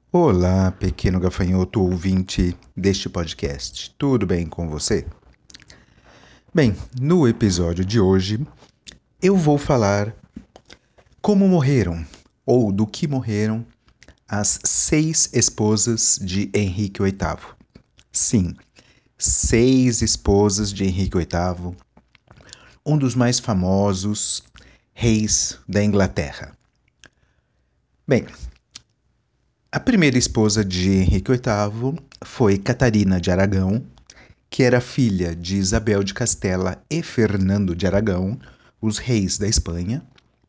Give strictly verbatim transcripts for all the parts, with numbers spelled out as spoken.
Olá, pequeno gafanhoto ouvinte deste podcast. Tudo bem com você? Bem, no episódio de hoje eu vou falar como morreram, ou do que morreram, as seis esposas de Henrique oitavo. Sim, seis esposas de Henrique oitavo, um dos mais famosos reis da Inglaterra. Bem, a primeira esposa de Henrique oitavo foi Catarina de Aragão, que era filha de Isabel de Castela e Fernando de Aragão, os reis da Espanha,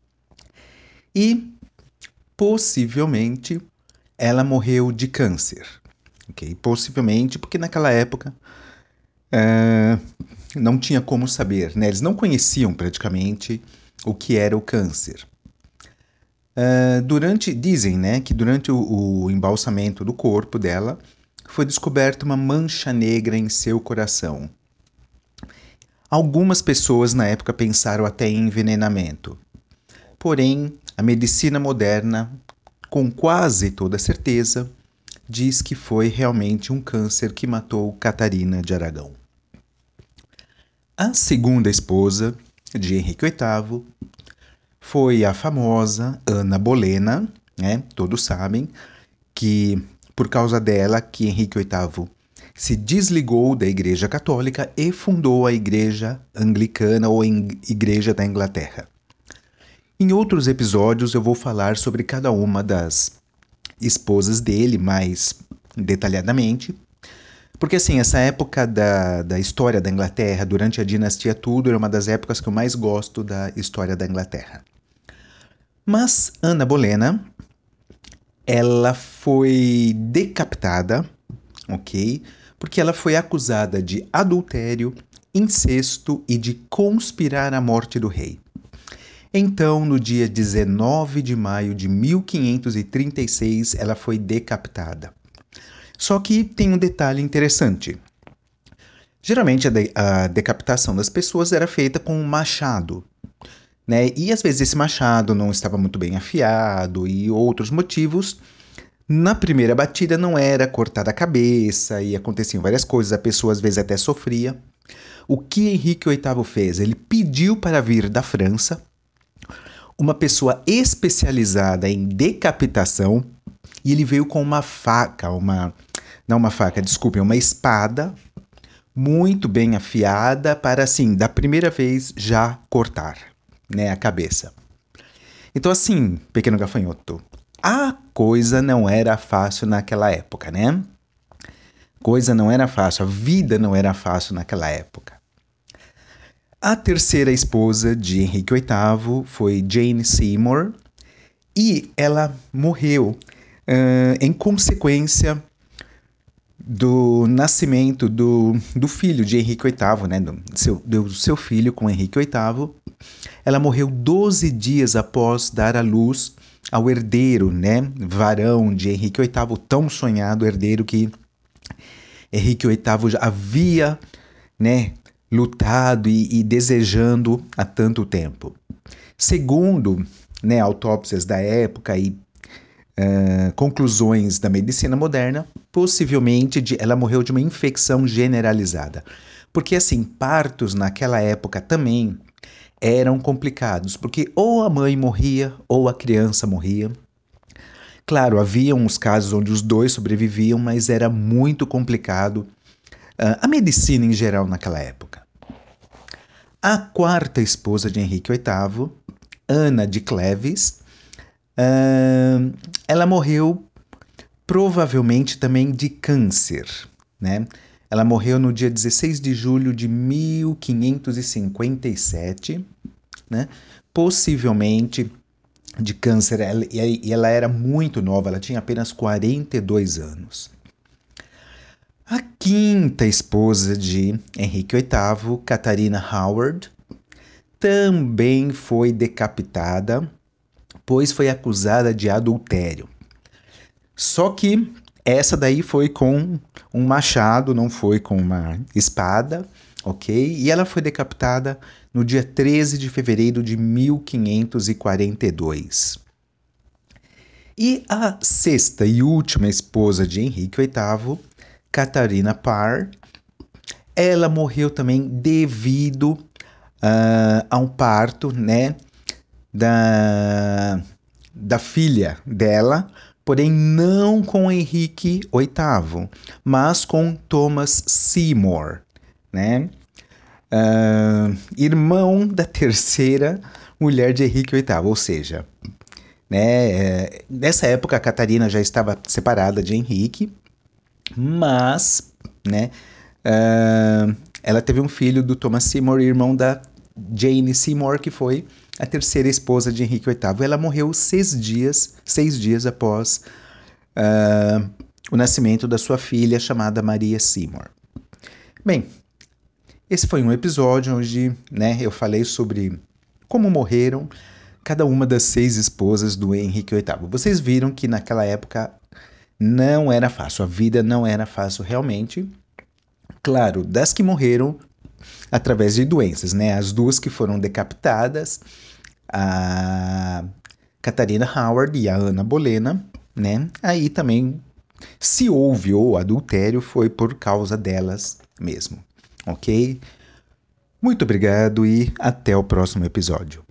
e possivelmente ela morreu de câncer. Okay? Possivelmente, porque naquela época uh, não tinha como saber, né? Eles não conheciam praticamente o que era o câncer. Uh, durante, dizem, né, que durante o, o embalsamento do corpo dela foi descoberta uma mancha negra em seu coração. Algumas pessoas na época pensaram até em envenenamento. Porém, a medicina moderna, com quase toda certeza, diz que foi realmente um câncer que matou Catarina de Aragão. A segunda esposa de Henrique oitavo foi a famosa Ana Bolena, né? Todos sabem que por causa dela que Henrique oitavo se desligou da Igreja Católica e fundou a Igreja Anglicana ou Igreja da Inglaterra. Em outros episódios eu vou falar sobre cada uma das esposas dele mais detalhadamente, porque assim, essa época da, da história da Inglaterra, durante a dinastia Tudor, é uma das épocas que eu mais gosto da história da Inglaterra. Mas Ana Bolena, ela foi decapitada, ok? Porque ela foi acusada de adultério, incesto e de conspirar a morte do rei. Então, no dia dezenove de maio de mil quinhentos e trinta e seis, ela foi decapitada. Só que tem um detalhe interessante. Geralmente a, de a decapitação das pessoas era feita com um machado, né? E às vezes esse machado não estava muito bem afiado e outros motivos. Na primeira batida não era cortada a cabeça e aconteciam várias coisas, a pessoa às vezes até sofria. O que Henrique oitavo fez? Ele pediu para vir da França uma pessoa especializada em decapitação e ele veio com uma faca, uma não uma faca, desculpe, uma espada muito bem afiada para assim, da primeira vez já cortar, né, a cabeça. Então assim, pequeno gafanhoto, a coisa não era fácil naquela época, né? Coisa não era fácil, a vida não era fácil naquela época. A terceira esposa de Henrique oitavo foi Jane Seymour e ela morreu uh, em consequência do nascimento do, do filho de Henrique oitavo, né, do seu, do seu filho com Henrique oitavo. Ela morreu doze dias após dar à luz ao herdeiro, né, varão de Henrique oitavo, tão sonhado herdeiro que Henrique oitavo já havia, né, lutado e, e desejando há tanto tempo. Segundo, né, autópsias da época e uh, conclusões da medicina moderna, possivelmente de, ela morreu de uma infecção generalizada. Porque, assim, partos naquela época também eram complicados, porque ou a mãe morria ou a criança morria. Claro, havia uns casos onde os dois sobreviviam, mas era muito complicado uh, a medicina em geral naquela época. A quarta esposa de Henrique oitavo, Ana de Cleves, uh, ela morreu provavelmente também de câncer, né? Ela morreu no dia dezesseis de julho de mil quinhentos e cinquenta e sete, né? Possivelmente de câncer, e ela era muito nova, ela tinha apenas quarenta e dois anos. A quinta esposa de Henrique oitavo, Catarina Howard, também foi decapitada, pois foi acusada de adultério. Só que essa daí foi com um machado, não foi com uma espada, ok? E ela foi decapitada no dia treze de fevereiro de mil quinhentos e quarenta e dois. E a sexta e última esposa de Henrique oitavo, Catarina Parr, ela morreu também devido uh, a um parto, né, da, da filha dela, porém não com Henrique oitavo, mas com Thomas Seymour, né, uh, irmão da terceira mulher de Henrique oitavo, ou seja, né, nessa época a Catarina já estava separada de Henrique, mas, né, uh, ela teve um filho do Thomas Seymour, irmão da Jane Seymour, que foi a terceira esposa de Henrique oitavo. Ela morreu seis dias, seis dias após uh, o nascimento da sua filha, chamada Maria Seymour. Bem, esse foi um episódio onde, né, eu falei sobre como morreram cada uma das seis esposas do Henrique oitavo. Vocês viram que naquela época não era fácil, a vida não era fácil realmente. Claro, das que morreram através de doenças, né? As duas que foram decapitadas, a Catarina Howard e a Ana Bolena, né? Aí também, se houve o adultério, foi por causa delas mesmo, ok? Muito obrigado e até o próximo episódio.